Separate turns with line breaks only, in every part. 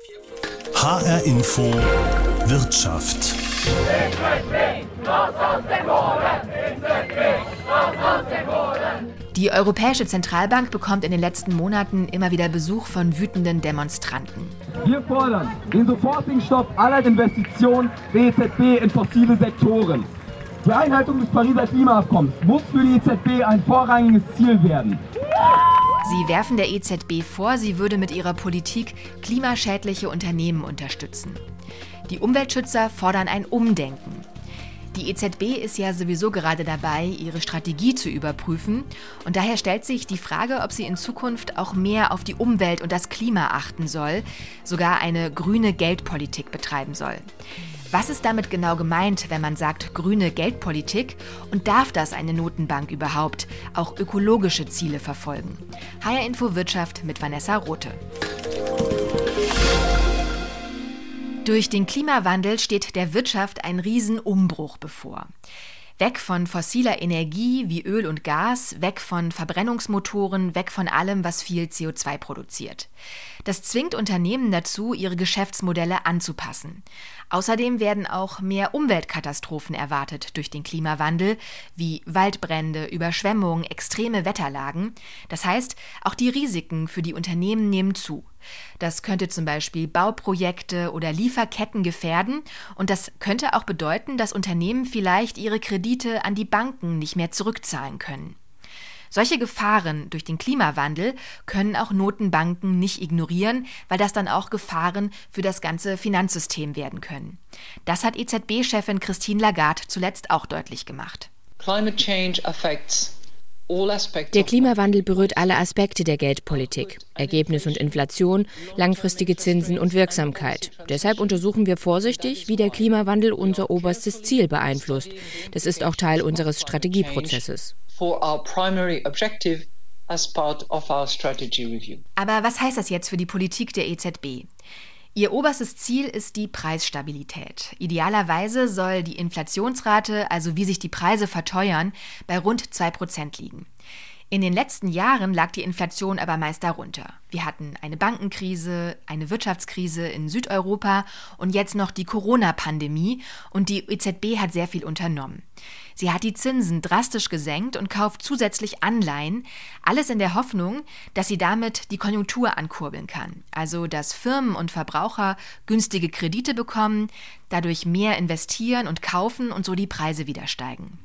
HR Info Wirtschaft.
Die Europäische Zentralbank bekommt in den letzten Monaten immer wieder Besuch von wütenden Demonstranten.
Wir fordern den sofortigen Stopp aller Investitionen der EZB in fossile Sektoren. Die Einhaltung des Pariser Klimaabkommens muss für die EZB ein vorrangiges Ziel werden.
Sie werfen der EZB vor, sie würde mit ihrer Politik klimaschädliche Unternehmen unterstützen. Die Umweltschützer fordern ein Umdenken. Die EZB ist ja sowieso gerade dabei, ihre Strategie zu überprüfen. Und daher stellt sich die Frage, ob sie in Zukunft auch mehr auf die Umwelt und das Klima achten soll, sogar eine grüne Geldpolitik betreiben soll. Was ist damit genau gemeint, wenn man sagt grüne Geldpolitik? Und darf das eine Notenbank überhaupt auch ökologische Ziele verfolgen? HR Info Wirtschaft mit Vanessa Rothe. Durch den Klimawandel steht der Wirtschaft ein Riesenumbruch bevor. Weg von fossiler Energie wie Öl und Gas, weg von Verbrennungsmotoren, weg von allem, was viel CO2 produziert. Das zwingt Unternehmen dazu, ihre Geschäftsmodelle anzupassen. Außerdem werden auch mehr Umweltkatastrophen erwartet durch den Klimawandel, wie Waldbrände, Überschwemmungen, extreme Wetterlagen. Das heißt, auch die Risiken für die Unternehmen nehmen zu. Das könnte zum Beispiel Bauprojekte oder Lieferketten gefährden und das könnte auch bedeuten, dass Unternehmen vielleicht ihre Kredite an die Banken nicht mehr zurückzahlen können. Solche Gefahren durch den Klimawandel können auch Notenbanken nicht ignorieren, weil das dann auch Gefahren für das ganze Finanzsystem werden können. Das hat EZB-Chefin Christine Lagarde zuletzt auch deutlich gemacht.
Climate change affects
Der Klimawandel berührt alle Aspekte der Geldpolitik, Ergebnis und Inflation, langfristige Zinsen und Wirksamkeit. Deshalb untersuchen wir vorsichtig, wie der Klimawandel unser oberstes Ziel beeinflusst. Das ist auch Teil unseres Strategieprozesses.
Aber was heißt das jetzt für die Politik der EZB? Ihr oberstes Ziel ist die Preisstabilität. Idealerweise soll die Inflationsrate, also wie sich die Preise verteuern, bei rund 2% liegen. In den letzten Jahren lag die Inflation aber meist darunter. Wir hatten eine Bankenkrise, eine Wirtschaftskrise in Südeuropa und jetzt noch die Corona-Pandemie und die EZB hat sehr viel unternommen. Sie hat die Zinsen drastisch gesenkt und kauft zusätzlich Anleihen, alles in der Hoffnung, dass sie damit die Konjunktur ankurbeln kann. Also, dass Firmen und Verbraucher günstige Kredite bekommen, dadurch mehr investieren und kaufen und so die Preise wieder steigen.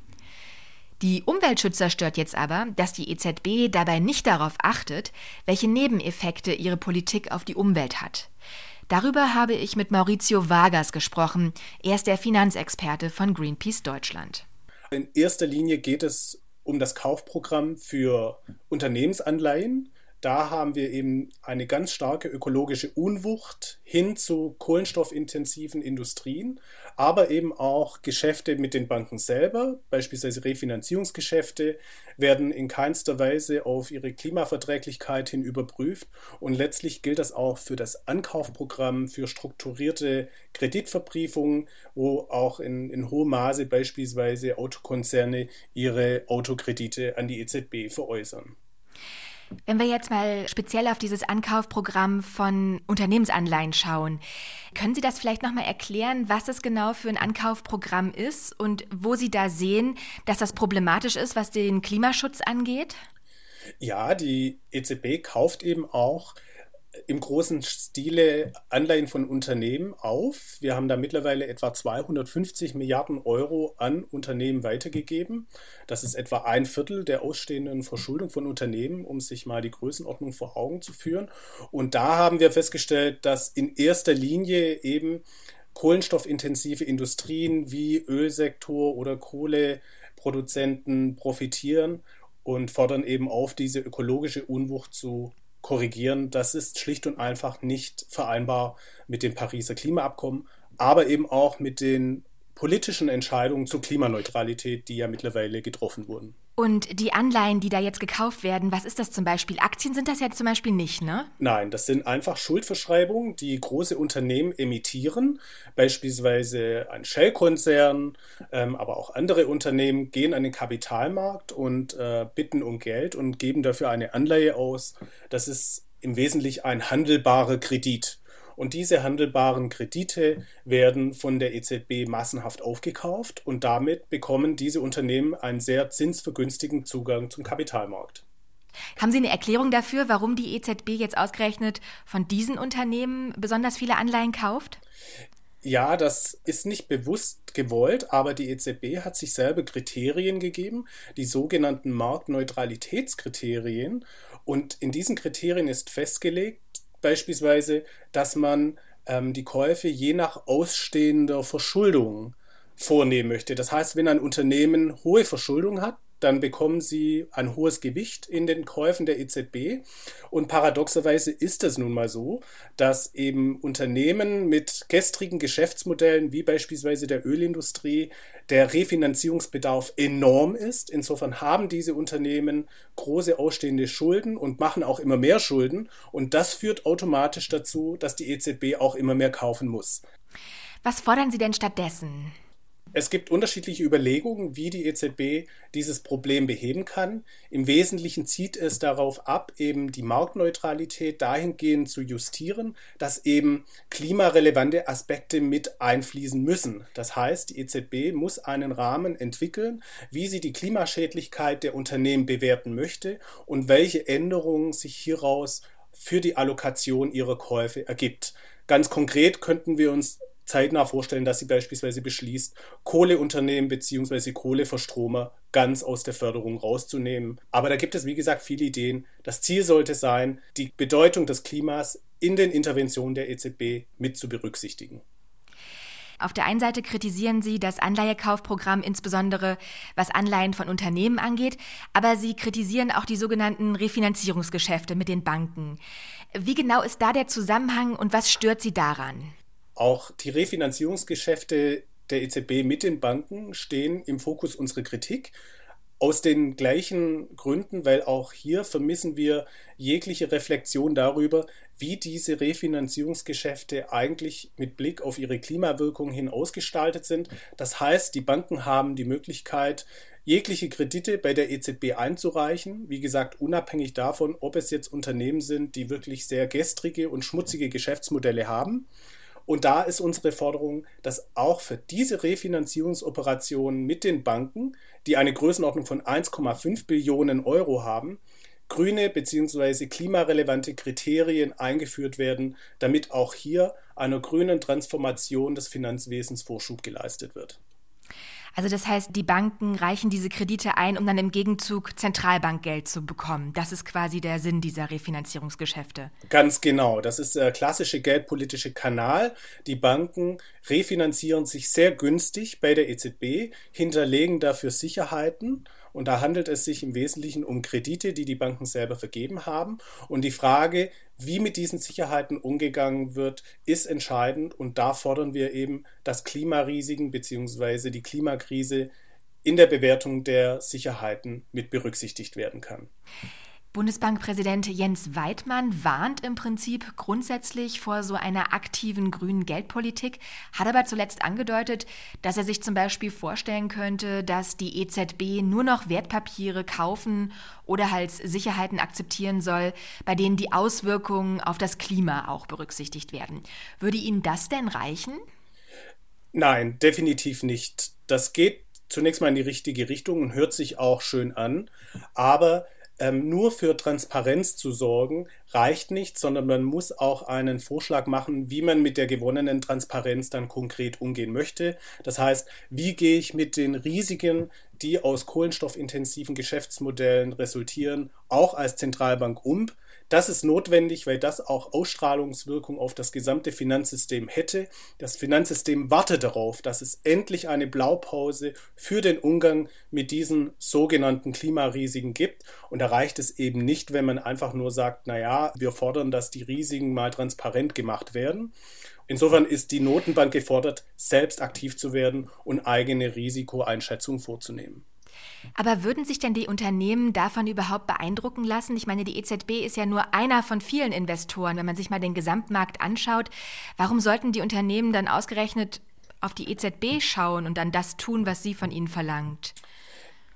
Die Umweltschützer stört jetzt aber, dass die EZB dabei nicht darauf achtet, welche Nebeneffekte ihre Politik auf die Umwelt hat. Darüber habe ich mit Maurizio Vargas gesprochen. Er ist der Finanzexperte von Greenpeace Deutschland.
In erster Linie geht es um das Kaufprogramm für Unternehmensanleihen. Da haben wir eben eine ganz starke ökologische Unwucht hin zu kohlenstoffintensiven Industrien, aber eben auch Geschäfte mit den Banken selber, beispielsweise Refinanzierungsgeschäfte, werden in keinster Weise auf ihre Klimaverträglichkeit hin überprüft. Und letztlich gilt das auch für das Ankaufprogramm für strukturierte Kreditverbriefungen, wo auch in hohem Maße beispielsweise Autokonzerne ihre Autokredite an die EZB veräußern.
Wenn wir jetzt mal speziell auf dieses Ankaufprogramm von Unternehmensanleihen schauen, können Sie das vielleicht nochmal erklären, was es genau für ein Ankaufprogramm ist und wo Sie da sehen, dass das problematisch ist, was den Klimaschutz angeht?
Ja, die EZB kauft eben auch im großen Stile Anleihen von Unternehmen auf. Wir haben da mittlerweile etwa 250 Milliarden Euro an Unternehmen weitergegeben. Das ist etwa 1/4 der ausstehenden Verschuldung von Unternehmen, um sich mal die Größenordnung vor Augen zu führen. Und da haben wir festgestellt, dass in erster Linie eben kohlenstoffintensive Industrien wie Ölsektor oder Kohleproduzenten profitieren und fordern eben auf, diese ökologische Unwucht zu korrigieren. Das ist schlicht und einfach nicht vereinbar mit dem Pariser Klimaabkommen, aber eben auch mit den politischen Entscheidungen zur Klimaneutralität, die ja mittlerweile getroffen wurden.
Und die Anleihen, die da jetzt gekauft werden, was ist das zum Beispiel? Aktien sind das ja zum Beispiel nicht, ne?
Nein, das sind einfach Schuldverschreibungen, die große Unternehmen emittieren. Beispielsweise ein Shell-Konzern, aber auch andere Unternehmen gehen an den Kapitalmarkt und bitten um Geld und geben dafür eine Anleihe aus. Das ist im Wesentlichen ein handelbarer Kredit. und diese handelbaren Kredite werden von der EZB massenhaft aufgekauft und damit bekommen diese Unternehmen einen sehr zinsvergünstigten Zugang zum Kapitalmarkt.
Haben Sie eine Erklärung dafür, warum die EZB jetzt ausgerechnet von diesen Unternehmen besonders viele Anleihen kauft?
Ja, das ist nicht bewusst gewollt, aber die EZB hat sich selber Kriterien gegeben, die sogenannten Marktneutralitätskriterien. Und in diesen Kriterien ist festgelegt, beispielsweise, dass man die Käufe je nach ausstehender Verschuldung vornehmen möchte. Das heißt, wenn ein Unternehmen hohe Verschuldung hat, dann bekommen sie ein hohes Gewicht in den Käufen der EZB. Und paradoxerweise ist es nun mal so, dass eben Unternehmen mit gestrigen Geschäftsmodellen, wie beispielsweise der Ölindustrie, der Refinanzierungsbedarf enorm ist. Insofern haben diese Unternehmen große ausstehende Schulden und machen auch immer mehr Schulden. Und das führt automatisch dazu, dass die EZB auch immer mehr kaufen muss.
Was fordern Sie denn stattdessen?
Es gibt unterschiedliche Überlegungen, wie die EZB dieses Problem beheben kann. Im Wesentlichen zielt es darauf ab, eben die Marktneutralität dahingehend zu justieren, dass eben klimarelevante Aspekte mit einfließen müssen. Das heißt, die EZB muss einen Rahmen entwickeln, wie sie die Klimaschädlichkeit der Unternehmen bewerten möchte und welche Änderungen sich hieraus für die Allokation ihrer Käufe ergibt. Ganz konkret könnten wir uns zeitnah vorstellen, dass sie beispielsweise beschließt, Kohleunternehmen bzw. Kohleverstromer ganz aus der Förderung rauszunehmen. Aber da gibt es, wie gesagt, viele Ideen. Das Ziel sollte sein, die Bedeutung des Klimas in den Interventionen der EZB mit zu berücksichtigen.
Auf der einen Seite kritisieren Sie das Anleihekaufprogramm, insbesondere was Anleihen von Unternehmen angeht, aber Sie kritisieren auch die sogenannten Refinanzierungsgeschäfte mit den Banken. Wie genau ist da der Zusammenhang und was stört Sie daran?
Auch die Refinanzierungsgeschäfte der EZB mit den Banken stehen im Fokus unserer Kritik. Aus den gleichen Gründen, weil auch hier vermissen wir jegliche Reflexion darüber, wie diese Refinanzierungsgeschäfte eigentlich mit Blick auf ihre Klimawirkung hin ausgestaltet sind. Das heißt, die Banken haben die Möglichkeit, jegliche Kredite bei der EZB einzureichen. Wie gesagt, unabhängig davon, ob es jetzt Unternehmen sind, die wirklich sehr gestrige und schmutzige Geschäftsmodelle haben. Und da ist unsere Forderung, dass auch für diese Refinanzierungsoperationen mit den Banken, die eine Größenordnung von 1,5 Billionen Euro haben, grüne bzw. klimarelevante Kriterien eingeführt werden, damit auch hier einer grünen Transformation des Finanzwesens Vorschub geleistet wird.
Also das heißt, die Banken reichen diese Kredite ein, um dann im Gegenzug Zentralbankgeld zu bekommen. Das ist quasi der Sinn dieser Refinanzierungsgeschäfte.
Ganz genau. Das ist der klassische geldpolitische Kanal. Die Banken refinanzieren sich sehr günstig bei der EZB, hinterlegen dafür Sicherheiten. Und da handelt es sich im Wesentlichen um Kredite, die die Banken selber vergeben haben. Und die Frage, wie mit diesen Sicherheiten umgegangen wird, ist entscheidend. Und da fordern wir eben, dass Klimarisiken bzw. die Klimakrise in der Bewertung der Sicherheiten mit berücksichtigt werden kann.
Bundesbankpräsident Jens Weidmann warnt im Prinzip grundsätzlich vor so einer aktiven grünen Geldpolitik, hat aber zuletzt angedeutet, dass er sich zum Beispiel vorstellen könnte, dass die EZB nur noch Wertpapiere kaufen oder halt Sicherheiten akzeptieren soll, bei denen die Auswirkungen auf das Klima auch berücksichtigt werden. Würde Ihnen das denn reichen?
Nein, definitiv nicht. Das geht zunächst mal in die richtige Richtung und hört sich auch schön an, aber nur für Transparenz zu sorgen, reicht nicht, sondern man muss auch einen Vorschlag machen, wie man mit der gewonnenen Transparenz dann konkret umgehen möchte. Das heißt, wie gehe ich mit den Risiken, die aus kohlenstoffintensiven Geschäftsmodellen resultieren, auch als Zentralbank um? Das ist notwendig, weil das auch Ausstrahlungswirkung auf das gesamte Finanzsystem hätte. Das Finanzsystem wartet darauf, dass es endlich eine Blaupause für den Umgang mit diesen sogenannten Klimarisiken gibt. Und da reicht es eben nicht, wenn man einfach nur sagt, naja, wir fordern, dass die Risiken mal transparent gemacht werden. Insofern ist die Notenbank gefordert, selbst aktiv zu werden und eigene Risikoeinschätzung vorzunehmen.
Aber würden sich denn die Unternehmen davon überhaupt beeindrucken lassen? Ich meine, die EZB ist ja nur einer von vielen Investoren. Wenn man sich mal den Gesamtmarkt anschaut, warum sollten die Unternehmen dann ausgerechnet auf die EZB schauen und dann das tun, was sie von ihnen verlangt?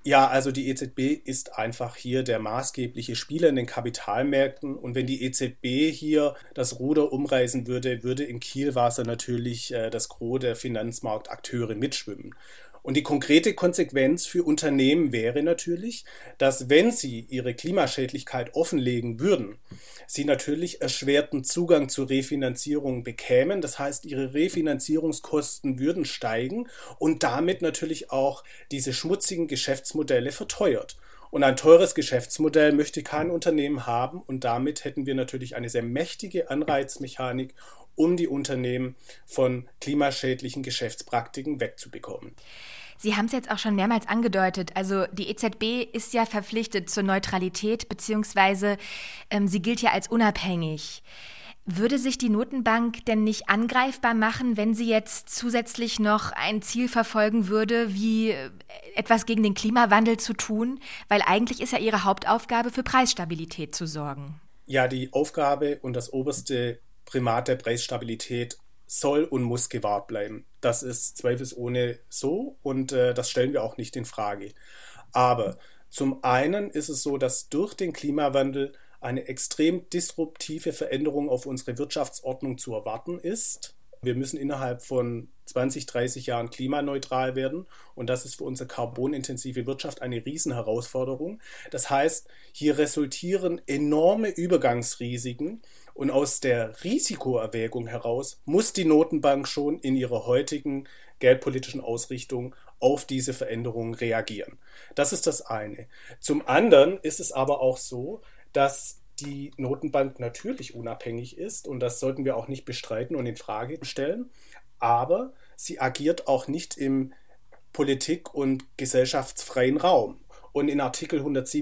Ja, also die EZB ist einfach hier der maßgebliche Spieler in den Kapitalmärkten. Und wenn die EZB hier das Ruder umreißen würde, würde im Kielwasser natürlich das Gros der Finanzmarktakteure mitschwimmen. Und die konkrete Konsequenz für Unternehmen wäre natürlich, dass wenn sie ihre Klimaschädlichkeit offenlegen würden, sie natürlich erschwerten Zugang zu Refinanzierung bekämen. Das heißt, ihre Refinanzierungskosten würden steigen und damit natürlich auch diese schmutzigen Geschäftsmodelle verteuert. Und ein teures Geschäftsmodell möchte kein Unternehmen haben und damit hätten wir natürlich eine sehr mächtige Anreizmechanik, um die Unternehmen von klimaschädlichen Geschäftspraktiken wegzubekommen.
Sie haben es jetzt auch schon mehrmals angedeutet. Also die EZB ist ja verpflichtet zur Neutralität, beziehungsweise sie gilt ja als unabhängig. Würde sich die Notenbank denn nicht angreifbar machen, wenn sie jetzt zusätzlich noch ein Ziel verfolgen würde, wie etwas gegen den Klimawandel zu tun? Weil eigentlich ist ja ihre Hauptaufgabe, für Preisstabilität zu sorgen.
Ja, die Aufgabe und das oberste Primat der Preisstabilität soll und muss gewahrt bleiben. Das ist zweifelsohne so und das stellen wir auch nicht in Frage. Aber zum einen ist es so, dass durch den Klimawandel eine extrem disruptive Veränderung auf unsere Wirtschaftsordnung zu erwarten ist. Wir müssen innerhalb von 20, 30 Jahren klimaneutral werden und das ist für unsere carbonintensive Wirtschaft eine Riesenherausforderung. Das heißt, hier resultieren enorme Übergangsrisiken und aus der Risikoerwägung heraus muss die Notenbank schon in ihrer heutigen geldpolitischen Ausrichtung auf diese Veränderungen reagieren. Das ist das eine. Zum anderen ist es aber auch so, dass die Notenbank natürlich unabhängig ist und das sollten wir auch nicht bestreiten und in Frage stellen, aber sie agiert auch nicht im politik- und gesellschaftsfreien Raum. Und in Artikel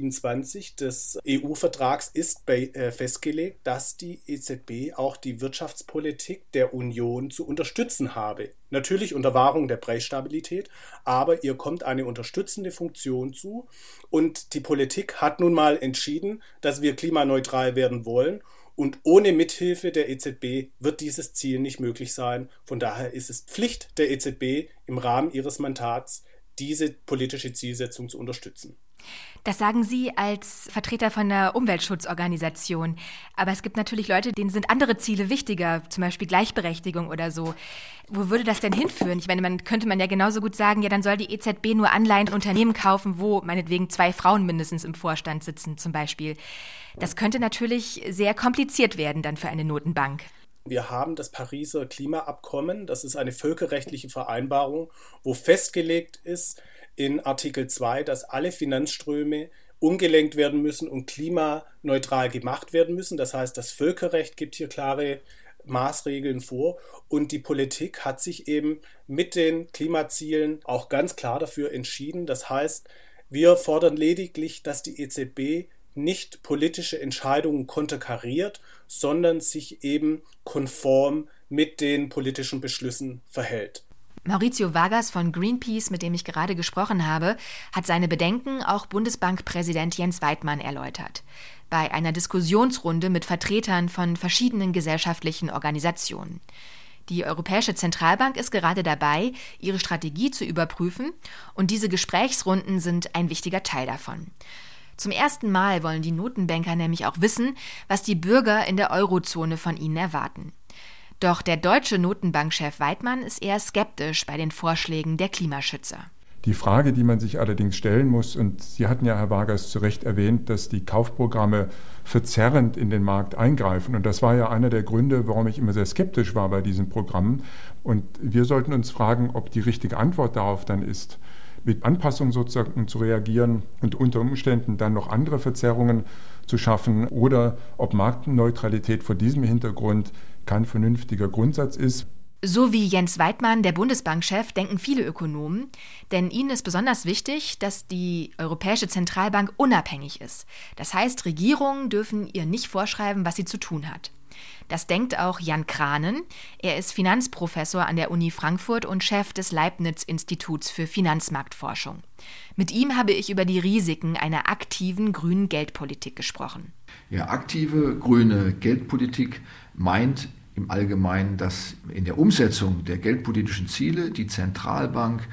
127 des EU-Vertrags ist festgelegt, dass die EZB auch die Wirtschaftspolitik der Union zu unterstützen habe. Natürlich unter Wahrung der Preisstabilität, aber ihr kommt eine unterstützende Funktion zu. Und die Politik hat nun mal entschieden, dass wir klimaneutral werden wollen. Und ohne Mithilfe der EZB wird dieses Ziel nicht möglich sein. Von daher ist es Pflicht der EZB im Rahmen ihres Mandats, diese politische Zielsetzung zu unterstützen.
Das sagen Sie als Vertreter von einer Umweltschutzorganisation. Aber es gibt natürlich Leute, denen sind andere Ziele wichtiger, zum Beispiel Gleichberechtigung oder so. Wo würde das denn hinführen? Ich meine, könnte man ja genauso gut sagen, ja, dann soll die EZB nur Anleihen in Unternehmen kaufen, wo meinetwegen 2 Frauen mindestens im Vorstand sitzen zum Beispiel. Das könnte natürlich sehr kompliziert werden dann für eine Notenbank.
Wir haben das Pariser Klimaabkommen, das ist eine völkerrechtliche Vereinbarung, wo festgelegt ist in Artikel 2, dass alle Finanzströme umgelenkt werden müssen und klimaneutral gemacht werden müssen. Das heißt, das Völkerrecht gibt hier klare Maßregeln vor und die Politik hat sich eben mit den Klimazielen auch ganz klar dafür entschieden. Das heißt, wir fordern lediglich, dass die EZB nicht politische Entscheidungen konterkariert, sondern sich eben konform mit den politischen Beschlüssen verhält.
Maurizio Vargas von Greenpeace, mit dem ich gerade gesprochen habe, hat seine Bedenken auch Bundesbankpräsident Jens Weidmann erläutert. Bei einer Diskussionsrunde mit Vertretern von verschiedenen gesellschaftlichen Organisationen. Die Europäische Zentralbank ist gerade dabei, ihre Strategie zu überprüfen und diese Gesprächsrunden sind ein wichtiger Teil davon. Zum ersten Mal wollen die Notenbanker nämlich auch wissen, was die Bürger in der Eurozone von ihnen erwarten. Doch der deutsche Notenbankchef Weidmann ist eher skeptisch bei den Vorschlägen der Klimaschützer.
Die Frage, die man sich allerdings stellen muss, und Sie hatten ja, Herr Vargas, zu Recht erwähnt, dass die Kaufprogramme verzerrend in den Markt eingreifen. Und das war ja einer der Gründe, warum ich immer sehr skeptisch war bei diesen Programmen. Und wir sollten uns fragen, ob die richtige Antwort darauf dann ist, mit Anpassungen sozusagen zu reagieren und unter Umständen dann noch andere Verzerrungen zu schaffen oder ob Marktneutralität vor diesem Hintergrund kein vernünftiger Grundsatz ist.
So wie Jens Weidmann, der Bundesbankchef, denken viele Ökonomen, denn ihnen ist besonders wichtig, dass die Europäische Zentralbank unabhängig ist. Das heißt, Regierungen dürfen ihr nicht vorschreiben, was sie zu tun hat. Das denkt auch Jan Kranen. Er ist Finanzprofessor an der Uni Frankfurt und Chef des Leibniz-Instituts für Finanzmarktforschung. Mit ihm habe ich über die Risiken einer aktiven grünen Geldpolitik gesprochen.
Ja, aktive grüne Geldpolitik meint im Allgemeinen, dass in der Umsetzung der geldpolitischen Ziele die Zentralbank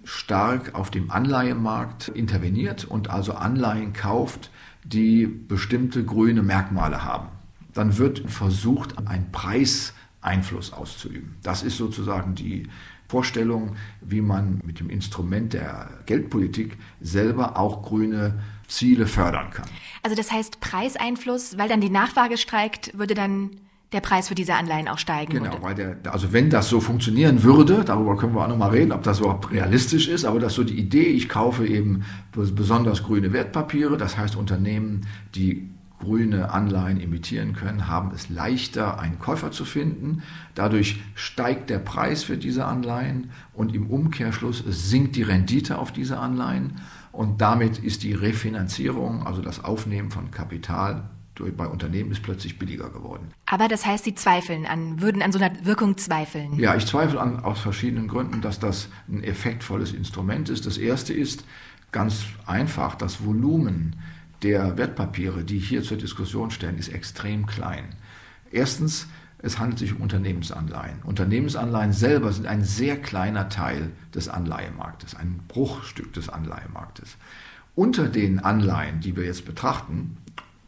stark auf dem Anleihemarkt interveniert und also Anleihen kauft, die bestimmte grüne Merkmale haben. Dann wird versucht, einen Preiseinfluss auszuüben. Das ist sozusagen die Vorstellung, wie man mit dem Instrument der Geldpolitik selber auch grüne Ziele fördern kann.
Also das heißt Preiseinfluss, weil dann die Nachfrage steigt, würde dann der Preis für diese Anleihen auch steigen.
Genau, weil also wenn das so funktionieren würde, darüber können wir auch nochmal reden, ob das überhaupt realistisch ist, aber das ist so die Idee, ich kaufe eben besonders grüne Wertpapiere, das heißt Unternehmen, die grüne Anleihen emittieren können, haben es leichter, einen Käufer zu finden. Dadurch steigt der Preis für diese Anleihen und im Umkehrschluss sinkt die Rendite auf diese Anleihen und damit ist die Refinanzierung, also das Aufnehmen von Kapital bei Unternehmen ist plötzlich billiger geworden.
Aber das heißt, Sie würden an so einer Wirkung zweifeln?
Ja, ich zweifle aus verschiedenen Gründen, dass das ein effektvolles Instrument ist. Das erste ist ganz einfach, das Volumen der Wertpapiere, die hier zur Diskussion stehen, ist extrem klein. Erstens, es handelt sich um Unternehmensanleihen. Unternehmensanleihen selber sind ein sehr kleiner Teil des Anleihemarktes, ein Bruchstück des Anleihemarktes. Unter den Anleihen, die wir jetzt betrachten,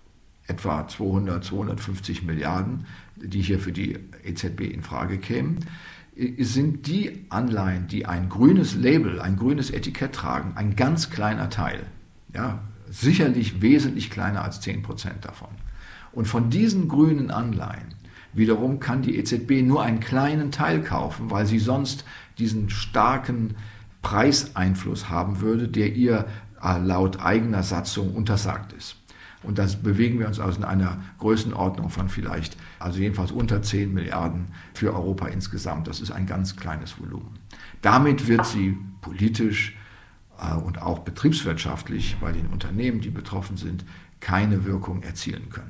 etwa 250 Milliarden, die hier für die EZB in Frage kämen, sind die Anleihen, die ein grünes Label, ein grünes Etikett tragen, ein ganz kleiner Teil. Ja, sicherlich wesentlich kleiner als 10% davon. Und von diesen grünen Anleihen wiederum kann die EZB nur einen kleinen Teil kaufen, weil sie sonst diesen starken Preiseinfluss haben würde, der ihr laut eigener Satzung untersagt ist. Und das bewegen wir uns also in einer Größenordnung von vielleicht, also jedenfalls unter 10 Milliarden für Europa insgesamt. Das ist ein ganz kleines Volumen. Damit wird sie politisch und auch betriebswirtschaftlich bei den Unternehmen, die betroffen sind, keine Wirkung erzielen können.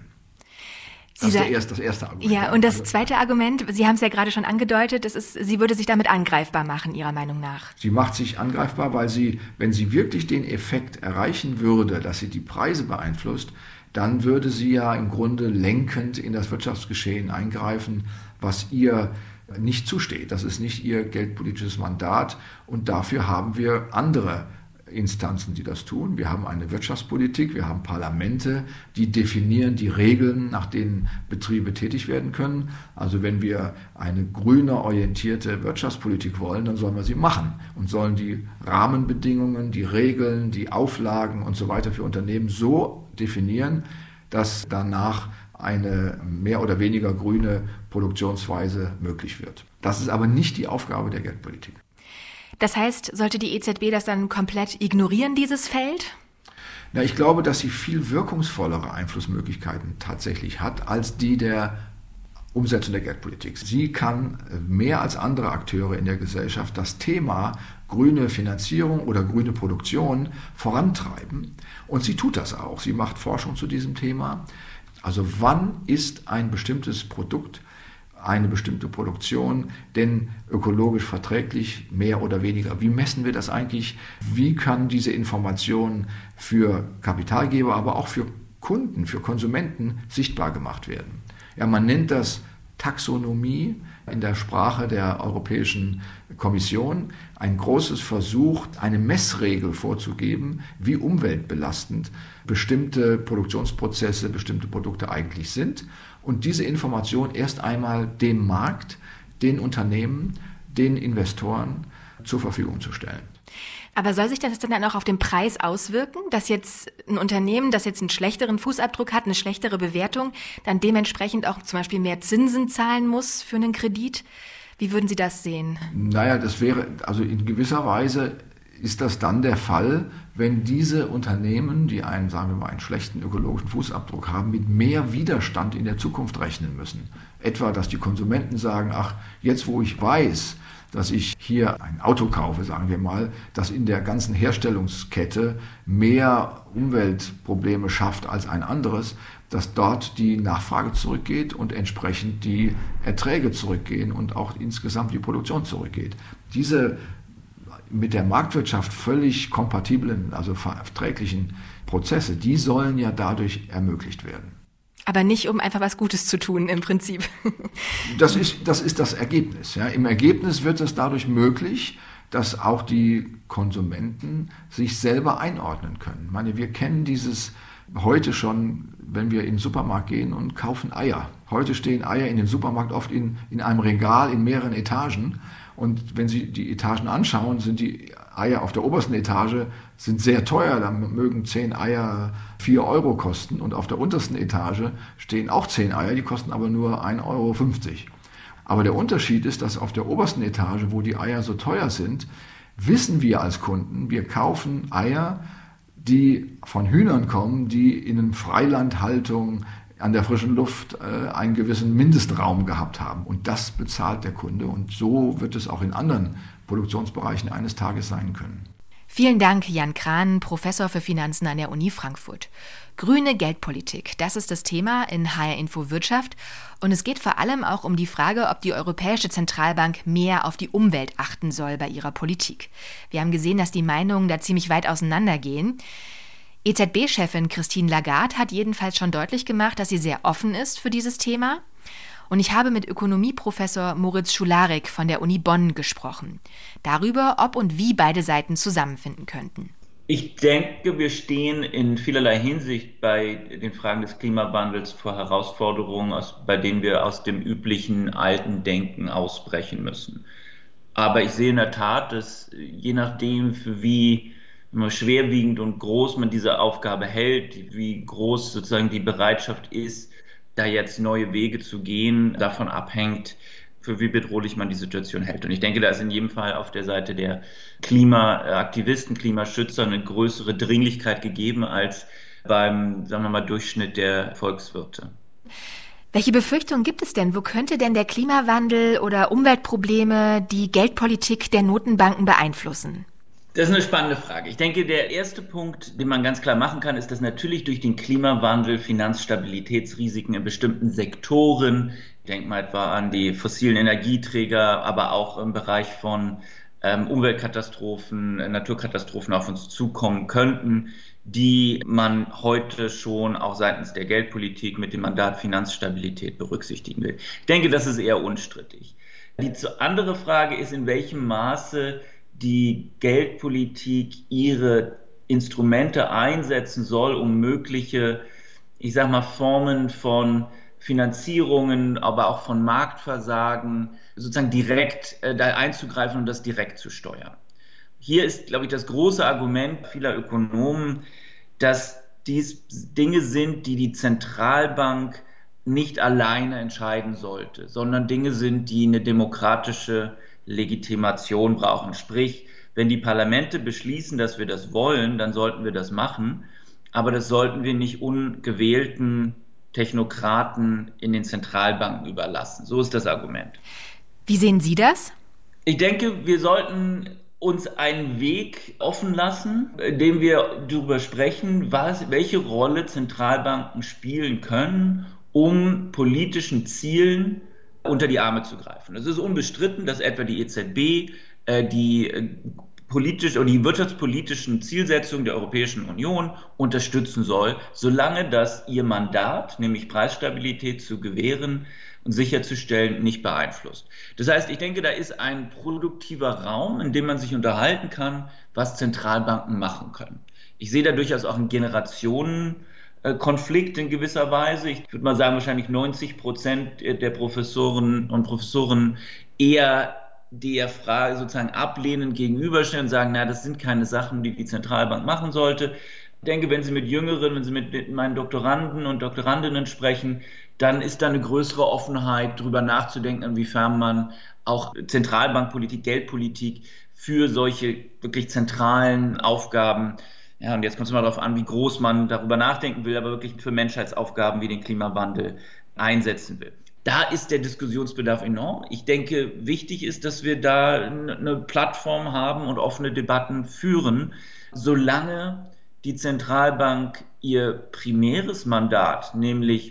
Das ist das erste Argument.
Ja, und das zweite Argument, Sie haben es ja gerade schon angedeutet, sie würde sich damit angreifbar machen, Ihrer Meinung nach.
Sie macht sich angreifbar, weil wenn sie wirklich den Effekt erreichen würde, dass sie die Preise beeinflusst, dann würde sie ja im Grunde lenkend in das Wirtschaftsgeschehen eingreifen, was ihr nicht zusteht. Das ist nicht ihr geldpolitisches Mandat und dafür haben wir andere Instanzen, die das tun. Wir haben eine Wirtschaftspolitik, wir haben Parlamente, die definieren die Regeln, nach denen Betriebe tätig werden können. Also wenn wir eine grüner orientierte Wirtschaftspolitik wollen, dann sollen wir sie machen und sollen die Rahmenbedingungen, die Regeln, die Auflagen und so weiter für Unternehmen so definieren, dass danach eine mehr oder weniger grüne Produktionsweise möglich wird. Das ist aber nicht die Aufgabe der Geldpolitik.
Das heißt, sollte die EZB das dann komplett ignorieren, dieses Feld?
Na, ich glaube, dass sie viel wirkungsvollere Einflussmöglichkeiten tatsächlich hat, als die der Umsetzung der Geldpolitik. Sie kann mehr als andere Akteure in der Gesellschaft das Thema grüne Finanzierung oder grüne Produktion vorantreiben. Und sie tut das auch. Sie macht Forschung zu diesem Thema. Also wann ist ein bestimmtes Produkt, eine bestimmte Produktion denn ökologisch verträglich, mehr oder weniger? Wie messen wir das eigentlich? Wie kann diese Information für Kapitalgeber, aber auch für Kunden, für Konsumenten sichtbar gemacht werden? Ja, man nennt das Taxonomie in der Sprache der Europäischen Kommission. Ein großes Versuch, eine Messregel vorzugeben, wie umweltbelastend bestimmte Produktionsprozesse, bestimmte Produkte eigentlich sind. Und diese Information erst einmal dem Markt, den Unternehmen, den Investoren zur Verfügung zu stellen.
Aber soll sich das dann auch auf den Preis auswirken, dass jetzt ein Unternehmen, das jetzt einen schlechteren Fußabdruck hat, eine schlechtere Bewertung, dann dementsprechend auch zum Beispiel mehr Zinsen zahlen muss für einen Kredit? Wie würden Sie das sehen?
Naja, das wäre, also in gewisser Weise ist das dann der Fall, wenn diese Unternehmen, die sagen wir mal, einen schlechten ökologischen Fußabdruck haben, mit mehr Widerstand in der Zukunft rechnen müssen. Etwa, dass die Konsumenten sagen, ach, jetzt wo ich weiß, dass ich hier ein Auto kaufe, sagen wir mal, das in der ganzen Herstellungskette mehr Umweltprobleme schafft als ein anderes, dass dort die Nachfrage zurückgeht und entsprechend die Erträge zurückgehen und auch insgesamt die Produktion zurückgeht. Diese mit der Marktwirtschaft völlig kompatiblen, also verträglichen Prozesse, die sollen ja dadurch ermöglicht werden.
Aber nicht, um einfach was Gutes zu tun im Prinzip.
Das ist das Ergebnis. Ja. Im Ergebnis wird es dadurch möglich, dass auch die Konsumenten sich selber einordnen können. Ich meine, wir kennen dieses heute schon, wenn wir in den Supermarkt gehen und kaufen Eier. Heute stehen Eier in dem Supermarkt oft in einem Regal in mehreren Etagen. Und wenn Sie die Etagen anschauen, sind die Eier auf der obersten Etage sind sehr teuer. Da mögen 10 Eier 4 Euro kosten. Und auf der untersten Etage stehen auch 10 Eier, die kosten aber nur 1,50 Euro. Aber der Unterschied ist, dass auf der obersten Etage, wo die Eier so teuer sind, wissen wir als Kunden, wir kaufen Eier, die von Hühnern kommen, die in Freilandhaltung an der frischen Luft einen gewissen Mindestraum gehabt haben. Und das bezahlt der Kunde. Und so wird es auch in anderen Produktionsbereichen eines Tages sein können.
Vielen Dank, Jan Krahn, Professor für Finanzen an der Uni Frankfurt. Grüne Geldpolitik, das ist das Thema in HR Info Wirtschaft. Und es geht vor allem auch um die Frage, ob die Europäische Zentralbank mehr auf die Umwelt achten soll bei ihrer Politik. Wir haben gesehen, dass die Meinungen da ziemlich weit auseinandergehen. EZB-Chefin Christine Lagarde hat jedenfalls schon deutlich gemacht, dass sie sehr offen ist für dieses Thema. Und ich habe mit Ökonomieprofessor Moritz Schularek von der Uni Bonn gesprochen. Darüber, ob und wie beide Seiten zusammenfinden könnten.
Ich denke, wir stehen in vielerlei Hinsicht bei den Fragen des Klimawandels vor Herausforderungen, bei denen wir aus dem üblichen alten Denken ausbrechen müssen. Aber ich sehe in der Tat, dass je nachdem, für wie schwerwiegend und groß man diese Aufgabe hält, wie groß sozusagen die Bereitschaft ist, da jetzt neue Wege zu gehen, davon abhängt, für wie bedrohlich man die Situation hält. Und ich denke, da ist in jedem Fall auf der Seite der Klimaaktivisten, Klimaschützer eine größere Dringlichkeit gegeben als beim, sagen wir mal, Durchschnitt der Volkswirte.
Welche Befürchtungen gibt es denn? Wo könnte denn der Klimawandel oder Umweltprobleme die Geldpolitik der Notenbanken beeinflussen?
Das ist eine spannende Frage. Ich denke, der erste Punkt, den man ganz klar machen kann, ist, dass natürlich durch den Klimawandel Finanzstabilitätsrisiken in bestimmten Sektoren, ich denke mal etwa an die fossilen Energieträger, aber auch im Bereich von Umweltkatastrophen, Naturkatastrophen auf uns zukommen könnten, die man heute schon auch seitens der Geldpolitik mit dem Mandat Finanzstabilität berücksichtigen will. Ich denke, das ist eher unstrittig. Die andere Frage ist, in welchem Maße die Geldpolitik ihre Instrumente einsetzen soll, um mögliche, ich sag mal, Formen von Finanzierungen, aber auch von Marktversagen sozusagen direkt da einzugreifen und das direkt zu steuern. Hier ist, glaube ich, das große Argument vieler Ökonomen, dass dies Dinge sind, die die Zentralbank nicht alleine entscheiden sollte, sondern Dinge sind, die eine demokratische Legitimation brauchen. Sprich, wenn die Parlamente beschließen, dass wir das wollen, dann sollten wir das machen, aber das sollten wir nicht ungewählten Technokraten in den Zentralbanken überlassen. So ist das Argument.
Wie sehen Sie das?
Ich denke, wir sollten uns einen Weg offen lassen, indem wir darüber sprechen, welche Rolle Zentralbanken spielen können, um politischen Zielen unter die Arme zu greifen. Es ist unbestritten, dass etwa die EZB die wirtschaftspolitischen Zielsetzungen der Europäischen Union unterstützen soll, solange das ihr Mandat, nämlich Preisstabilität zu gewähren und sicherzustellen, nicht beeinflusst. Das heißt, ich denke, da ist ein produktiver Raum, in dem man sich unterhalten kann, was Zentralbanken machen können. Ich sehe da durchaus auch einen Generationenkonflikt in gewisser Weise. Ich würde mal sagen, wahrscheinlich 90% der Professoren und Professoren eher der Frage sozusagen ablehnend gegenüberstellen und sagen, na, das sind keine Sachen, die die Zentralbank machen sollte. Ich denke, wenn Sie mit Jüngeren, wenn Sie mit meinen Doktoranden und Doktorandinnen sprechen, dann ist da eine größere Offenheit, darüber nachzudenken, inwiefern man auch Zentralbankpolitik, Geldpolitik für solche wirklich zentralen Aufgaben, ja, und jetzt kommt es mal darauf an, wie groß man darüber nachdenken will, aber wirklich für Menschheitsaufgaben wie den Klimawandel einsetzen will. Da ist der Diskussionsbedarf enorm. Ich denke, wichtig ist, dass wir da eine Plattform haben und offene Debatten führen, solange die Zentralbank ihr primäres Mandat, nämlich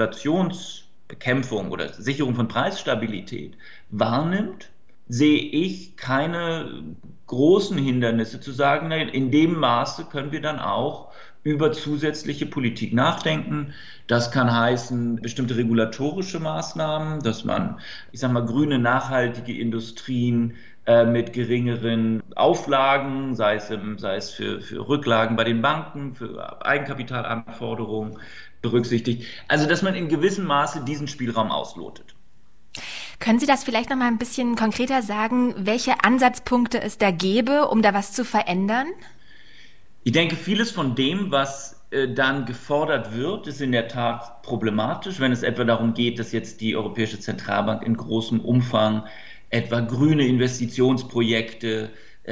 Inflationsbekämpfung oder Sicherung von Preisstabilität, wahrnimmt, sehe ich keine großen Hindernisse zu sagen, in dem Maße können wir dann auch über zusätzliche Politik nachdenken. Das kann heißen, bestimmte regulatorische Maßnahmen, dass man, grüne, nachhaltige Industrien mit geringeren Auflagen, sei es für Rücklagen bei den Banken, für Eigenkapitalanforderungen berücksichtigt. Also, dass man in gewissem Maße diesen Spielraum auslotet.
Können Sie das vielleicht noch mal ein bisschen konkreter sagen, welche Ansatzpunkte es da gäbe, um da was zu verändern?
Ich denke, vieles von dem, was dann gefordert wird, ist in der Tat problematisch, wenn es etwa darum geht, dass jetzt die Europäische Zentralbank in großem Umfang etwa grüne Investitionsprojekte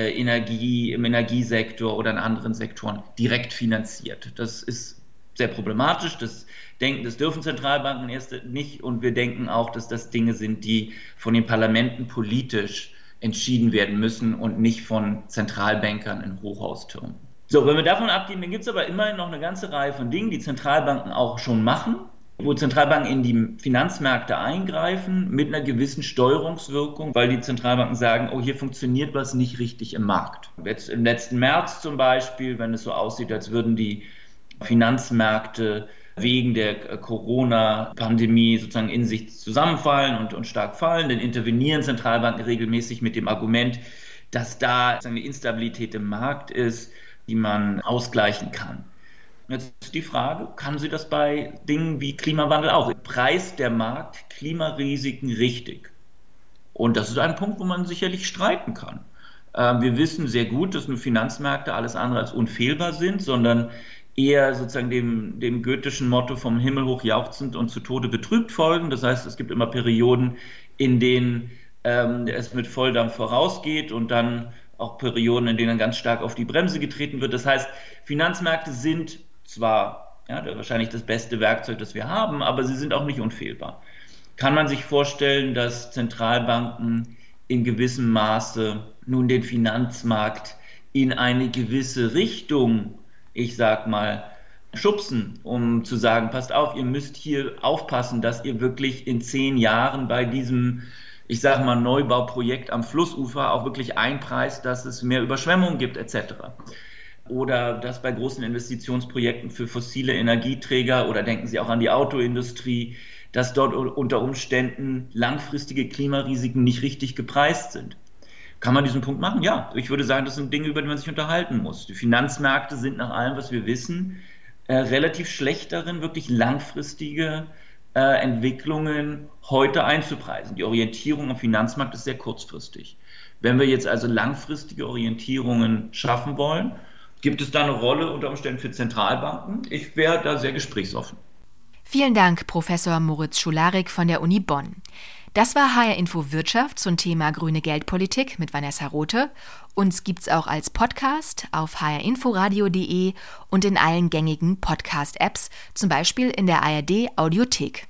im Energiesektor oder in anderen Sektoren direkt finanziert. Das ist sehr problematisch. Das dürfen Zentralbanken erst nicht. Und wir denken auch, dass das Dinge sind, die von den Parlamenten politisch entschieden werden müssen und nicht von Zentralbankern in Hochhaustürmen. So, wenn wir davon abgehen, dann gibt es aber immerhin noch eine ganze Reihe von Dingen, die Zentralbanken auch schon machen, wo Zentralbanken in die Finanzmärkte eingreifen mit einer gewissen Steuerungswirkung, weil die Zentralbanken sagen, oh, hier funktioniert was nicht richtig im Markt. Jetzt im letzten März zum Beispiel, wenn es so aussieht, als würden die Finanzmärkte wegen der Corona-Pandemie sozusagen in sich zusammenfallen und stark fallen, dann intervenieren Zentralbanken regelmäßig mit dem Argument, dass da eine Instabilität im Markt ist, die man ausgleichen kann. Jetzt ist die Frage, kann sie das bei Dingen wie Klimawandel auch? Preist der Markt Klimarisiken richtig? Und das ist ein Punkt, wo man sicherlich streiten kann. Wir wissen sehr gut, dass nur Finanzmärkte alles andere als unfehlbar sind, sondern eher sozusagen dem goethischen Motto vom Himmel hoch jauchzend und zu Tode betrübt folgen. Das heißt, es gibt immer Perioden, in denen es mit Volldampf vorausgeht und dann auch Perioden, in denen ganz stark auf die Bremse getreten wird. Das heißt, Finanzmärkte sind zwar wahrscheinlich das beste Werkzeug, das wir haben, aber sie sind auch nicht unfehlbar. Kann man sich vorstellen, dass Zentralbanken in gewissem Maße nun den Finanzmarkt in eine gewisse Richtung, schubsen, um zu sagen, passt auf, ihr müsst hier aufpassen, dass ihr wirklich in 10 Jahren bei diesem, Neubauprojekt am Flussufer auch wirklich einpreist, dass es mehr Überschwemmungen gibt, etc. Oder dass bei großen Investitionsprojekten für fossile Energieträger, oder denken Sie auch an die Autoindustrie, dass dort unter Umständen langfristige Klimarisiken nicht richtig gepreist sind. Kann man diesen Punkt machen? Ja, ich würde sagen, das sind Dinge, über die man sich unterhalten muss. Die Finanzmärkte sind nach allem, was wir wissen, relativ schlecht darin, wirklich langfristige Entwicklungen heute einzupreisen. Die Orientierung am Finanzmarkt ist sehr kurzfristig. Wenn wir jetzt also langfristige Orientierungen schaffen wollen, gibt es da eine Rolle unter Umständen für Zentralbanken? Ich wäre da sehr gesprächsoffen.
Vielen Dank, Professor Moritz Schularik von der Uni Bonn. Das war HR Info Wirtschaft zum Thema grüne Geldpolitik mit Vanessa Rothe. Uns gibt's auch als Podcast auf hrinforadio.de und in allen gängigen Podcast-Apps, zum Beispiel in der ARD Audiothek.